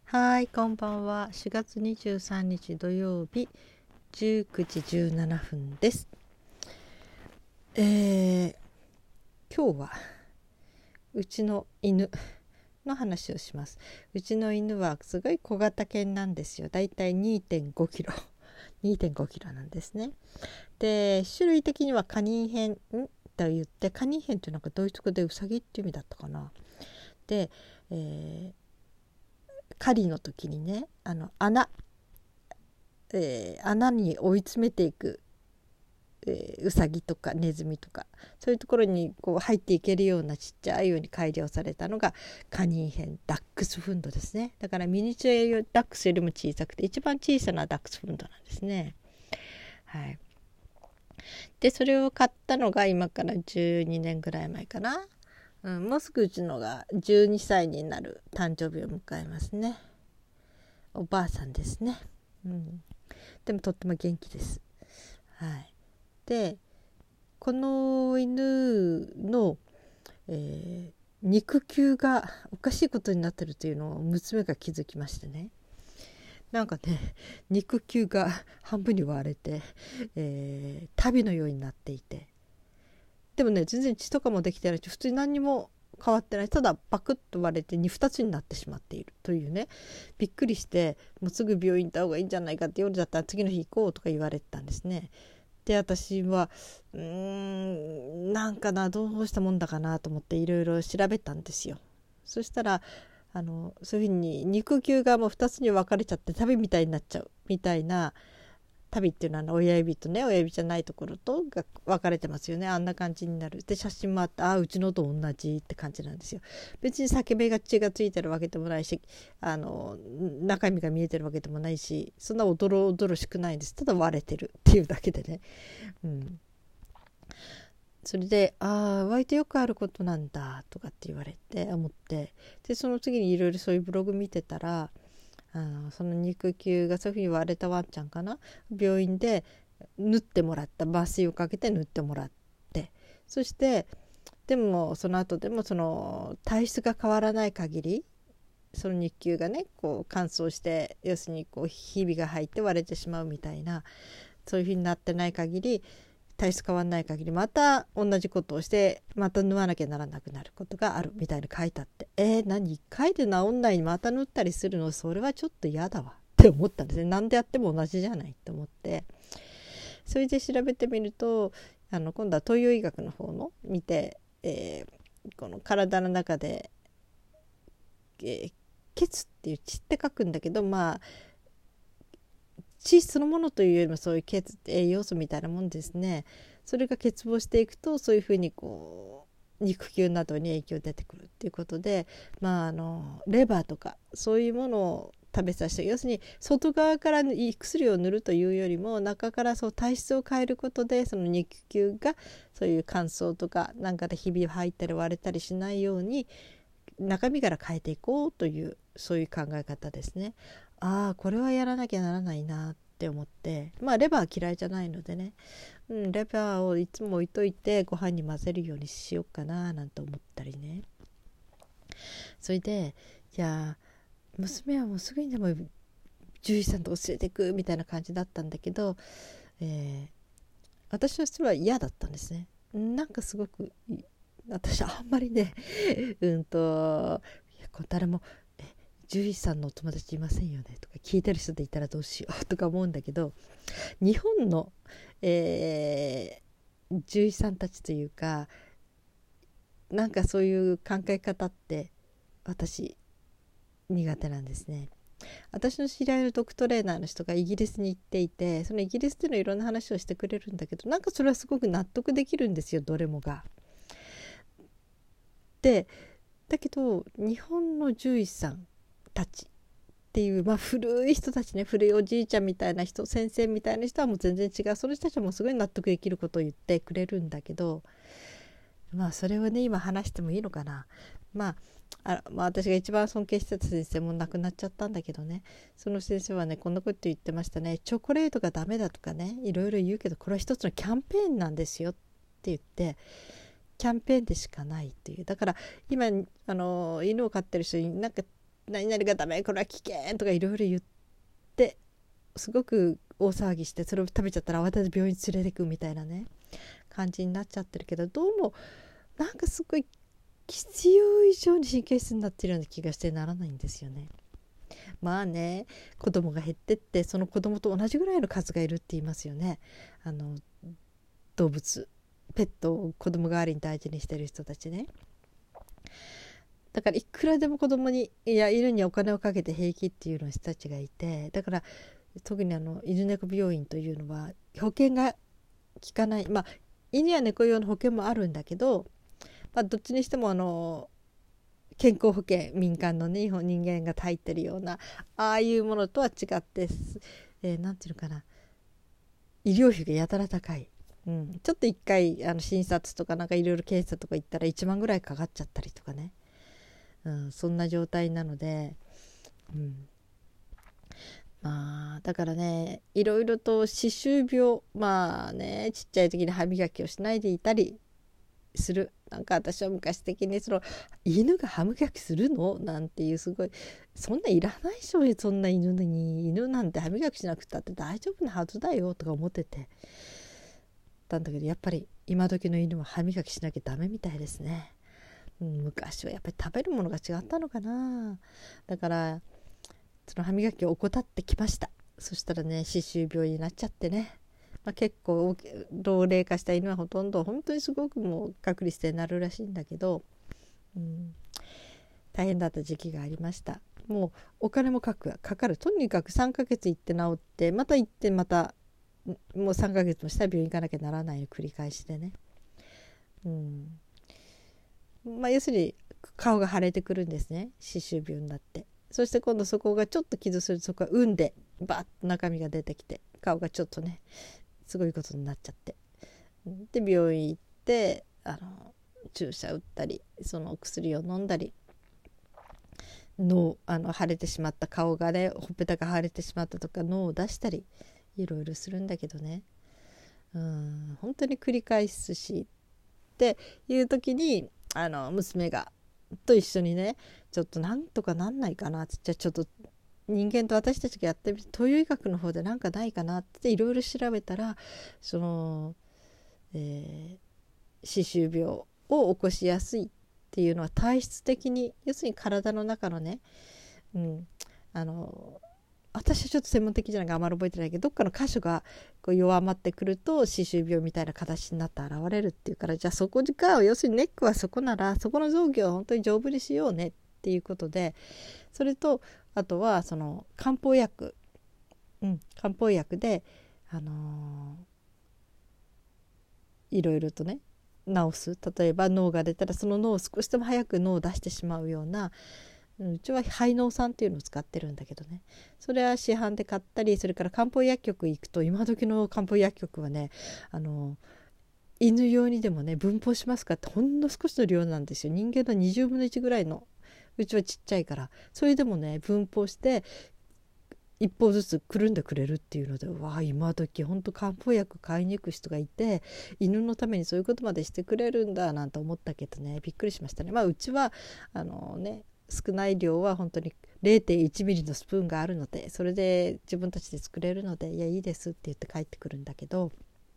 はい、こんばんは。4月23日土曜日19時17分です。今日はうちの犬の話をします。うちの犬はすごい小型犬なんですよ。だいたい2.5キロ2.5キロなんですね。で、種類的にはカニヘンと言って、カニヘンってなんかドイツ語でウサギっていう意味だったかな。で、狩りの時にね、穴に追い詰めていく、ウサギとかネズミとかそういうところにこう入っていけるようなちっちゃいように改良されたのがカニンヘンダックスフンドですね。だからミニチュアダックスよりも小さくて一番小さなダックスフンドなんですね。はい。でそれを買ったのが今から12年ぐらい前かな。もうすぐうちのが12歳になる誕生日を迎えますね。おばあさんですね。でもとっても元気です。はい。でこの犬の、肉球がおかしいことになってるというのを娘が気づきましてね。なんかね、肉球が半分に割れて、足袋のようになっていて、でもね全然血とかもできてないし普通に何にも変わってない。ただパクッと割れて2つになってしまっているというね。びっくりして、もうすぐ病院行った方がいいんじゃないかって、夜だったら次の日行こうとか言われてたんですね。で私はなんかな、どうしたもんだかなと思っていろいろ調べたんですよ。そしたらそういうふうに肉球がもう2つに分かれちゃって旅みたいになっちゃうみたいな。旅っていうのは親指とね親指じゃないところとが分かれてますよね。あんな感じになる。で写真もあって、うちのと同じって感じなんですよ。別に裂け目が血がついてるわけでもないし、中身が見えてるわけでもないし、そんなおどろおどろしくないんです。ただ割れてるっていうだけでね。それで割とよくあることなんだとかって言われて思って、でその次にいろいろそういうブログ見てたら、その肉球がそういうふうに割れたワンちゃんかな、病院で縫ってもらった、麻酔をかけて縫ってもらって、そしてでもその後でもその体質が変わらない限り、その肉球がねこう乾燥して、要するにこうひびが入って割れてしまうみたいな、そういうふうになってない限り、体質変わらない限りまた同じことをしてまた縫わなきゃならなくなることがあるみたいに書いてあって、何1回で治んないにまた縫ったりするの、それはちょっと嫌だわって思ったんですね。何でやっても同じじゃないと思って、それで調べてみると今度は東洋医学の方の見て、この体の中で、血っていう血って書くんだけど、血そのものというよりもそういう血って栄養素みたいなもんですね。それが欠乏していくとそういうふうにこう肉球などに影響出てくるっていうことで、レバーとかそういうものを食べさせて、要するに外側から薬を塗るというよりも中からそう体質を変えることで、その肉球がそういう乾燥とかなんかでひびが入ったり割れたりしないように中身から変えていこうという、そういう考え方ですね。これはやらなきゃならないなって思って、レバー嫌いじゃないのでね、レバーをいつも置いといてご飯に混ぜるようにしようかななんて思ったりね。それで娘はもうすぐにでも獣医さんと連れてくみたいな感じだったんだけど、私はそれは嫌だったんですね。なんかすごく私あんまりね誰も獣医さんのお友達いませんよねとか聞いてる人でいたらどうしようとか思うんだけど、日本の、獣医さんたちというか、なんかそういう考え方って私苦手なんですね。私の知り合いのドッグトレーナーの人がイギリスに行っていて、そのイギリスでのいろんな話をしてくれるんだけど、なんかそれはすごく納得できるんですよ、どれもが。でだけど日本の獣医さんたちっていう、古い人たちね、古いおじいちゃんみたいな人、先生みたいな人はもう全然違う。その人たちはもうすごい納得できることを言ってくれるんだけど、それをね今話してもいいのかな。私が一番尊敬してた先生も亡くなっちゃったんだけどね、その先生はねこんなこと言ってましたね。チョコレートがダメだとかねいろいろ言うけど、これは一つのキャンペーンなんですよって言って、キャンペーンでしかないという。だから今犬を飼ってる人になんか何々がダメこれは危険とかいろいろ言ってすごく大騒ぎして、それを食べちゃったら慌てて病院に連れてくみたいなね感じになっちゃってるけど、どうもなんかすごい必要以上に神経質になってるような気がしてならないんですよね。まあね、子供が減ってってその子供と同じぐらいの数がいるって言いますよね。動物ペットを子供代わりに大事にしてる人たちね。だからいくらでも子供に犬にお金をかけて平気っていうの人たちがいて、だから特に犬猫病院というのは保険が効かない、犬や猫用の保険もあるんだけど、どっちにしても健康保険、民間のね人間が入ってるようなああいうものとは違って、なんていうのかな、医療費がやたら高い、ちょっと一回診察とかなんかいろいろ検査とか行ったら1万ぐらいかかっちゃったりとかね、そんな状態なので、だからね、いろいろと歯周病、ちっちゃい時に歯磨きをしないでいたりする。なんか私は昔的に犬が歯磨きするのなんていう、すごいそんないらないでしょ、そんな犬なんて歯磨きしなくたって大丈夫なはずだよとか思っててたんだけど、やっぱり今時の犬は歯磨きしなきゃダメみたいですね。昔はやっぱり食べるものが違ったのかな。だからその歯磨きを怠ってきました。そしたらね、歯周病になっちゃってね、結構老齢化した犬はほとんど本当にすごくもう隔離してなるらしいんだけど、大変だった時期がありました。もうお金もかかる。とにかく3ヶ月行って治ってまた行ってまたもう3ヶ月もしたら病院行かなきゃならないの繰り返しでね、要するに顔が腫れてくるんですね、歯周病になって。そして今度そこがちょっと傷すると、そこが痈でバッと中身が出てきて顔がちょっとねすごいことになっちゃって、で病院行って注射打ったりその薬を飲んだり、腫れてしまった顔がね、ほっぺたが腫れてしまったとか脳を出したりいろいろするんだけどね、本当に繰り返すしっていう時に娘がと一緒にね、ちょっとなんとかなんないかなって、じゃあちょっと人間と私たちがやってみて東洋医学の方でなんかないかなっていろいろ調べたら、歯周病を起こしやすいっていうのは体質的に、要するに体の中のね、私はちょっと専門的じゃないからあまり覚えてないけど、どっかの箇所がこう弱まってくると歯周病みたいな形になって現れるっていうから、じゃあそこが要するにネックはそこならそこの臓器を本当に丈夫にしようねっていうことで、それとあとはその漢方薬、でいろいろとね治す。例えば脳が出たらその脳を少しでも早く脳を出してしまうような、うちは肺脳酸っていうのを使ってるんだけどね、それは市販で買ったり、それから漢方薬局行くと今時の漢方薬局はね犬用にでもね分包しますかってほんの少しの量なんですよ。人間の20分の1ぐらいの、うちはちっちゃいから、それでもね分包して一方ずつくるんでくれるっていうので、わあ今時ほんと漢方薬買いに行く人がいて犬のためにそういうことまでしてくれるんだなんて思ったけどね、びっくりしましたね。うちは少ない量は本当に 0.1 ミリのスプーンがあるので、それで自分たちで作れるので、いやいいですって言って帰ってくるんだけど、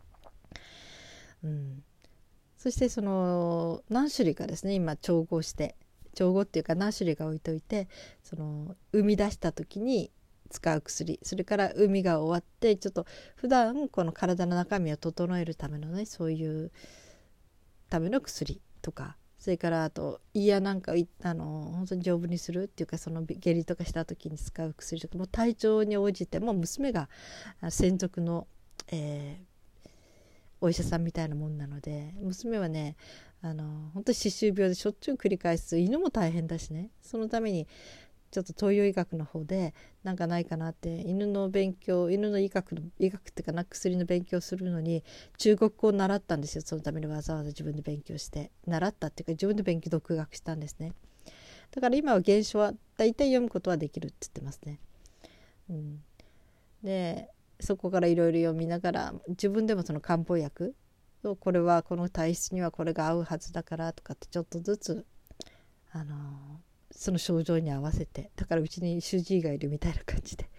そしてその何種類かですね今調合っていうか何種類か置いといて、その生み出した時に使う薬、それから生みが終わってちょっと普段この体の中身を整えるためのね、そういうための薬とか、それからあと胃やなんか本当に丈夫にするっていうか、その下痢とかした時に使う薬とかも体調に応じて、もう娘が専属の、お医者さんみたいなもんなので、娘はね本当に歯周病でしょっちゅう繰り返す。犬も大変だしね、そのためにちょっと東洋医学の方でなんかないかなって、犬の医学っていうかな、薬の勉強するのに中国語を習ったんですよ。そのためにわざわざ自分で勉強して習ったっていうか、自分で独学したんですね。だから今は原書は大体読むことはできるって言ってますね。でそこからいろいろ読みながら、自分でもその漢方薬、これはこの体質にはこれが合うはずだからとかってちょっとずつその症状に合わせて、だからうちに主治医がいるみたいな感じで、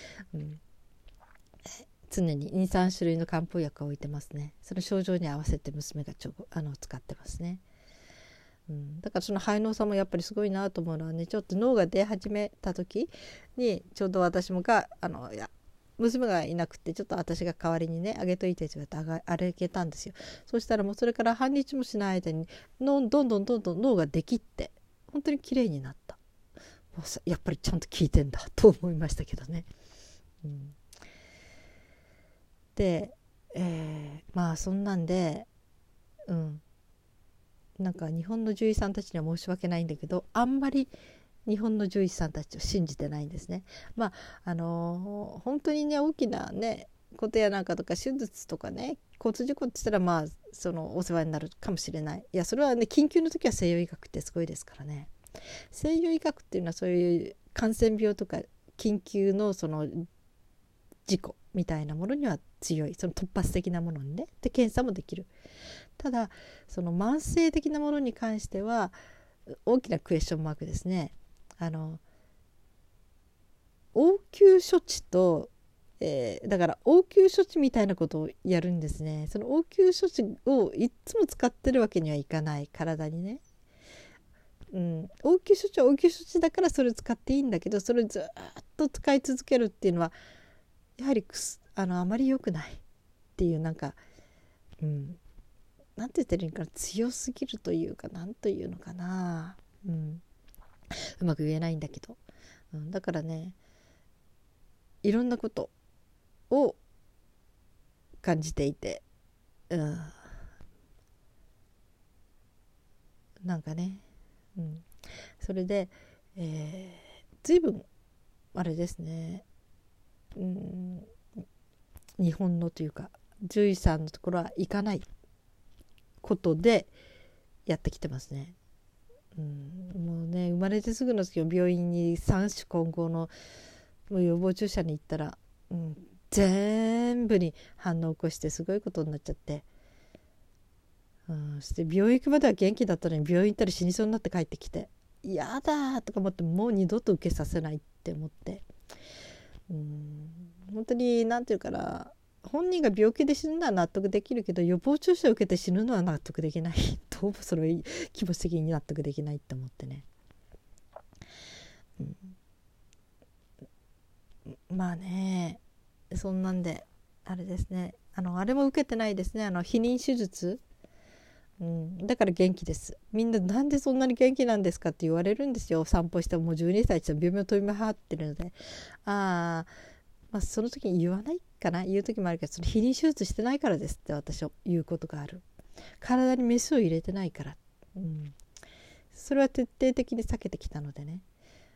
常に 2,3 種類の漢方薬を置いてますね。その症状に合わせて娘が使ってますね。だからその肺の差もやっぱりすごいなと思うのはね、ちょっと脳が出始めた時にちょうど私も娘がいなくて、ちょっと私が代わりにねあげといてって言われてあげたんですよ。そしたらもうそれから半日もしない間にどんどん脳ができって本当に綺麗になった。やっぱりちゃんと効いてんだと思いましたけどね。で、まあそんなんでなんか日本の獣医さんたちには申し訳ないんだけど、あんまり日本の獣医さんたちを信じてないんですね。本当にね大きなねことやなんかとか手術とかね交通事故って言ったらそのお世話になるかもしれない。いやそれはね緊急の時は西洋医学ってすごいですからね。西洋医学っていうのはそういう感染病とか緊急のその事故みたいなものには強い、その突発的なものにねで検査もできる。ただその慢性的なものに関しては大きなクエスチョンマークですね。応急処置と、だから応急処置みたいなことをやるんですね。その応急処置をいつも使ってるわけにはいかない、体にね。応急処置は応急処置だからそれを使っていいんだけど、それをずっと使い続けるっていうのはやはりあまり良くないっていう、なんて言ってるのかな、強すぎるというか、なんというのかな、うまく言えないんだけど、だからねいろんなことを感じていて、なんかね、それで、随分あれですね、日本のというか獣医さんのところは行かないことでやってきてますね。もうね生まれてすぐの時の病院に三種混合の予防注射に行ったら、全部に反応を起こしてすごいことになっちゃって、そして病院行くまでは元気だったのに病院行ったら死にそうになって帰ってきて、やだとか思って、もう二度と受けさせないって思って、本当になんていうかな、本人が病気で死ぬのは納得できるけど予防注射を受けて死ぬのは納得できないどうもそれ気持ち的に納得できないって思ってね、まあねそんなんであれですね、あれも受けてないですね、避妊手術、だから元気です。みんななんでそんなに元気なんですかって言われるんですよ。散歩してもう12歳って病名を飛び回ってるので、その時に言わないかな、言う時もあるけど、その避妊手術してないからですって私は言うことがある。体にメスを入れてないから、それは徹底的に避けてきたのでね、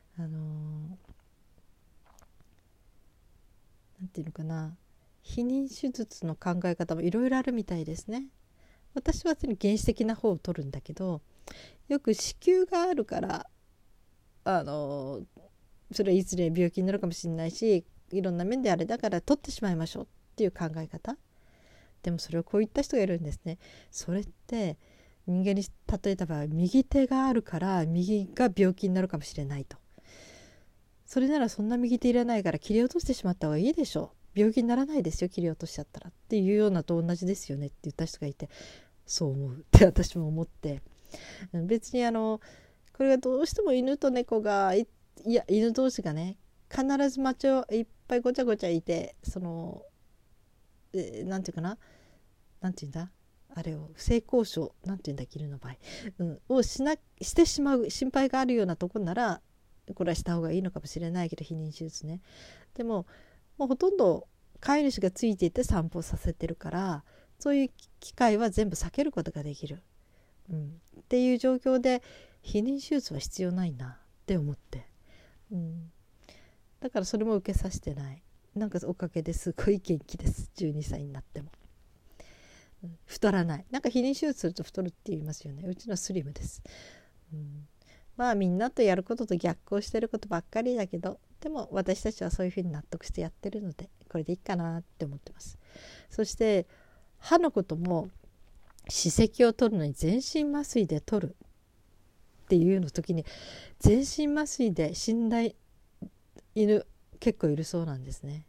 なんていうのかな、避妊手術の考え方もいろいろあるみたいですね。私はその原始的な方を取るんだけど、よく子宮があるからそれはいずれ病気になるかもしれないし、いろんな面であれだから取ってしまいましょうっていう考え方。でもそれをこう言った人がいるんですね。それって人間に例えた場合、右手があるから右が病気になるかもしれないと。それならそんな右手いらないから切り落としてしまった方がいいでしょう、病気にならないですよ切り落としちゃったらっていうようなと同じですよねって言った人がいて、そう思うって私も思って、別にこれがどうしても犬と猫が犬同士がね必ず街をいっぱいごちゃごちゃいて、そのなんていうかな、なんていうんだあれを性交渉なんていうんだ犬の場合、をしてしまう心配があるようなとこならこれはした方がいいのかもしれないけど、避妊手術ね。でももうほとんど飼い主がついていて散歩させてるから、そういう機会は全部避けることができる、っていう状況で避妊手術は必要ないなって思って、だからそれも受けさせてない。なんかおかげですごい元気です。12歳になっても、太らない。なんか避妊手術すると太るって言いますよね。うちのはスリムです。みんなとやることと逆行してることばっかりだけど、でも私たちはそういうふうに納得してやってるのでこれでいいかなって思ってます。そして歯のことも歯石を取るのに全身麻酔で取るってっていうの時に全身麻酔で死んだ犬結構いるそうなんですね。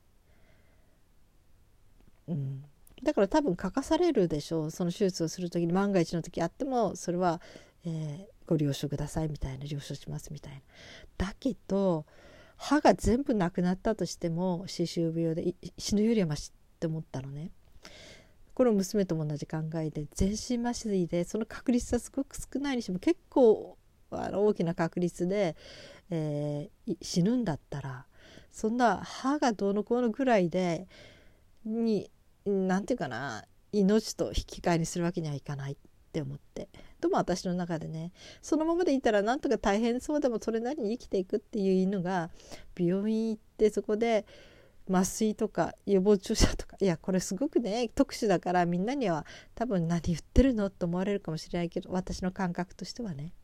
だから多分書かされるでしょう。その手術をする時に万が一の時あってもそれは、ご了承くださいみたいな、了承しますみたいな。だけど歯が全部なくなったとしても歯周病で死ぬよりはマシって思ったのね。この娘とも同じ考えで、全身麻酔でその確率はすごく少ないにしても結構大きな確率で、死ぬんだったら、そんな歯がどうのこうのぐらいでなんていうかな、命と引き換えにするわけにはいかないって思って、でも私の中でね、そのままでいたらなんとか大変そうでもそれなりに生きていくっていう犬が、病院行ってそこで麻酔とか予防注射とか、いやこれすごくね特殊だからみんなには多分何言ってるのと思われるかもしれないけど、私の感覚としてはね、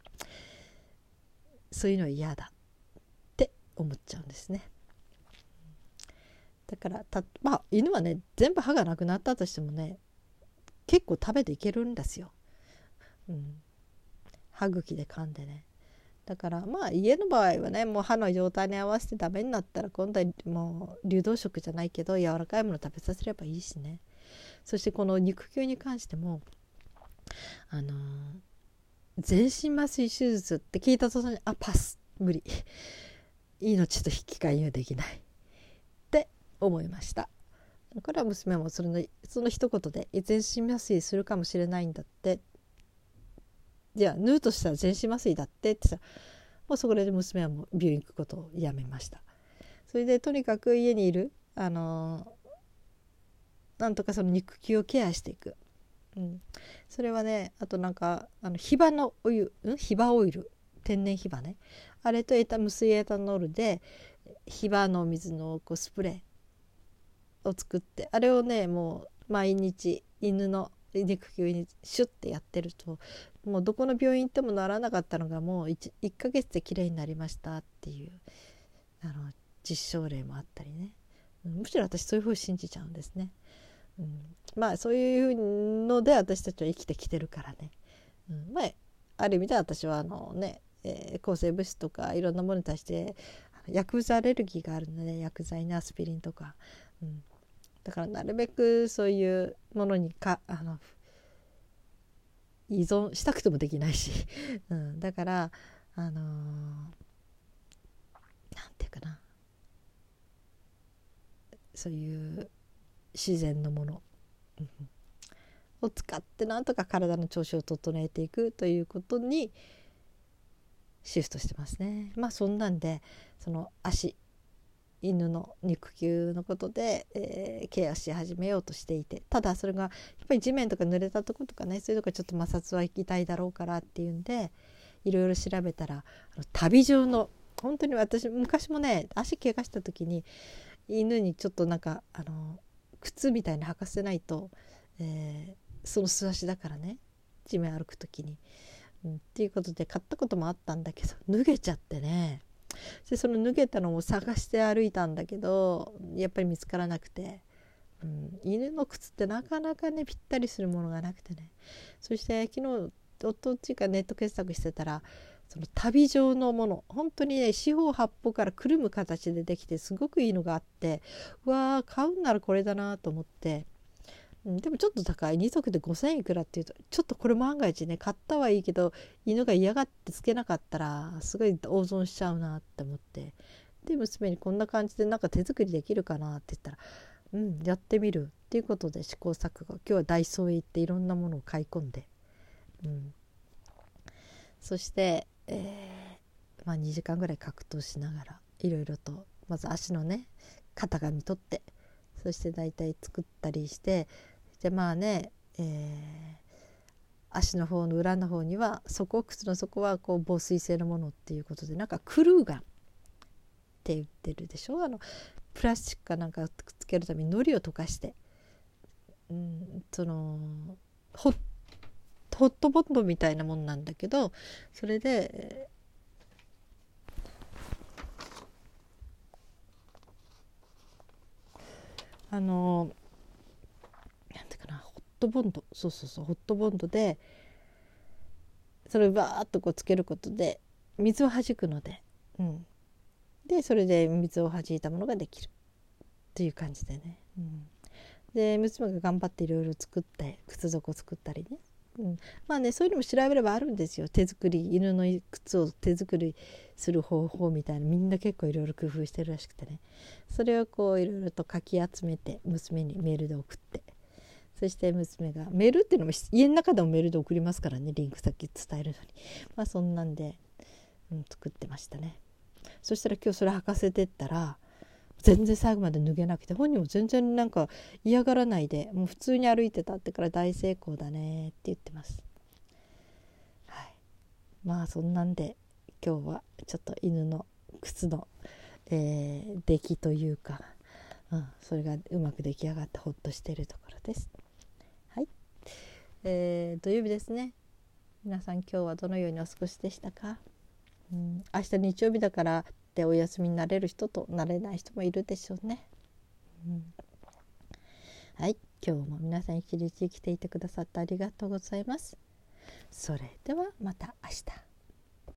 そういうのは嫌だって思っちゃうんですね。だからまあ犬はね全部歯がなくなったとしてもね結構食べていけるんですよ、歯茎で噛んでね。だからまあ家の場合はね、もう歯の状態に合わせてダメになったら今度はもう流動食じゃないけど柔らかいもの食べさせればいいしね。そしてこの肉球に関しても全身麻酔手術って聞いた途端にパス無理命と引き換えにはできないって思いました。これは娘もその一言で全身麻酔するかもしれないんだって、じゃあ縫うとしたら全身麻酔だってってさ、もうそこで娘はもう病院行くことをやめました。それでとにかく家にいるなんとかその肉球をケアしていく、それはね、あとなんかヒバのお湯、ヒバオイル、天然ヒバね、あれと無水エタノールでヒバの水のスプレーを作って、あれをねもう毎日犬の肉球にシュッてやってると、もうどこの病院行ってもならなかったのがもう 1ヶ月できれいになりましたっていう実証例もあったりね、むしろ私そういうふうに信じちゃうんですね。まあそういうので私たちは生きてきてるからね、まあある意味では私は抗生物質とかいろんなものに対して薬物アレルギーがあるので、薬剤にアスピリンとか、だからなるべくそういうものに依存したくてもできないし、だからなんていうかな、そういう自然のもの、を使ってなんとか体の調子を整えていくということにシフトしてますね。まあそんなんでその犬の肉球のことで、ケアし始めようとしていて、ただそれがやっぱり地面とか濡れたとことかね、そういうとこちょっと摩擦は痛いだろうからっていうんでいろいろ調べたら、旅状の、本当に私昔もね足怪我した時に犬にちょっとなんか靴みたいに履かせないと、その素足だからね地面歩く時に、っていうことで買ったこともあったんだけど脱げちゃってね、でその脱げたのを探して歩いたんだけどやっぱり見つからなくて、犬の靴ってなかなかねぴったりするものがなくてね、そして昨日夫っていうかネット検索してたら、その旅状のもの、本当にね四方八方からくるむ形でできてすごくいいのがあって、うわー買うんならこれだなと思って、でもちょっと高い、2足で5,000いくらっていうとちょっとこれ万が一ね買ったはいいけど犬が嫌がってつけなかったらすごい大損しちゃうなって思って、で娘にこんな感じでなんか手作りできるかなって言ったら、やってみるっていうことで試行錯誤、今日はダイソーへ行っていろんなものを買い込んで、そして、2時間ぐらい格闘しながらいろいろとまず足のね型紙取って、そして大体作ったりして、でまあね、足の方の裏の方には靴の底はこう防水性のものっていうことで、なんかクルーガンって言ってるでしょ、プラスチックかなんかくっつけるために糊を溶かして、そのホットボンドみたいなもんなんだけど、それでなんていうかな、ホットボンド、そうホットボンドでそれをバーッとこうつけることで水を弾くので、でそれで水を弾いたものができるっていう感じでね、で娘が頑張っていろいろ作って靴底作ったりね、まあねそういうのも調べればあるんですよ。手作り犬の靴を手作りする方法みたいな、みんな結構いろいろ工夫してるらしくてね、それをこういろいろとかき集めて娘にメールで送って、そして娘がメールっていうのも家の中でもメールで送りますからね、リンク先伝えるのに、まあそんなんで、作ってましたね。そしたら今日それ履かせてったら全然最後まで脱げなくて、本人も全然なんか嫌がらないでもう普通に歩いてたってから大成功だねって言ってます。はい、まあそんなんで今日はちょっと犬の靴の、出来というか、それがうまく出来上がってほっとしているところです。はい、土曜日ですね。皆さん今日はどのようにお過ごしでしたか？明日日曜日だからってお休みになれる人となれない人もいるでしょうね。はい、今日も皆さん一日生きていてくださってありがとうございます。それではまた明日。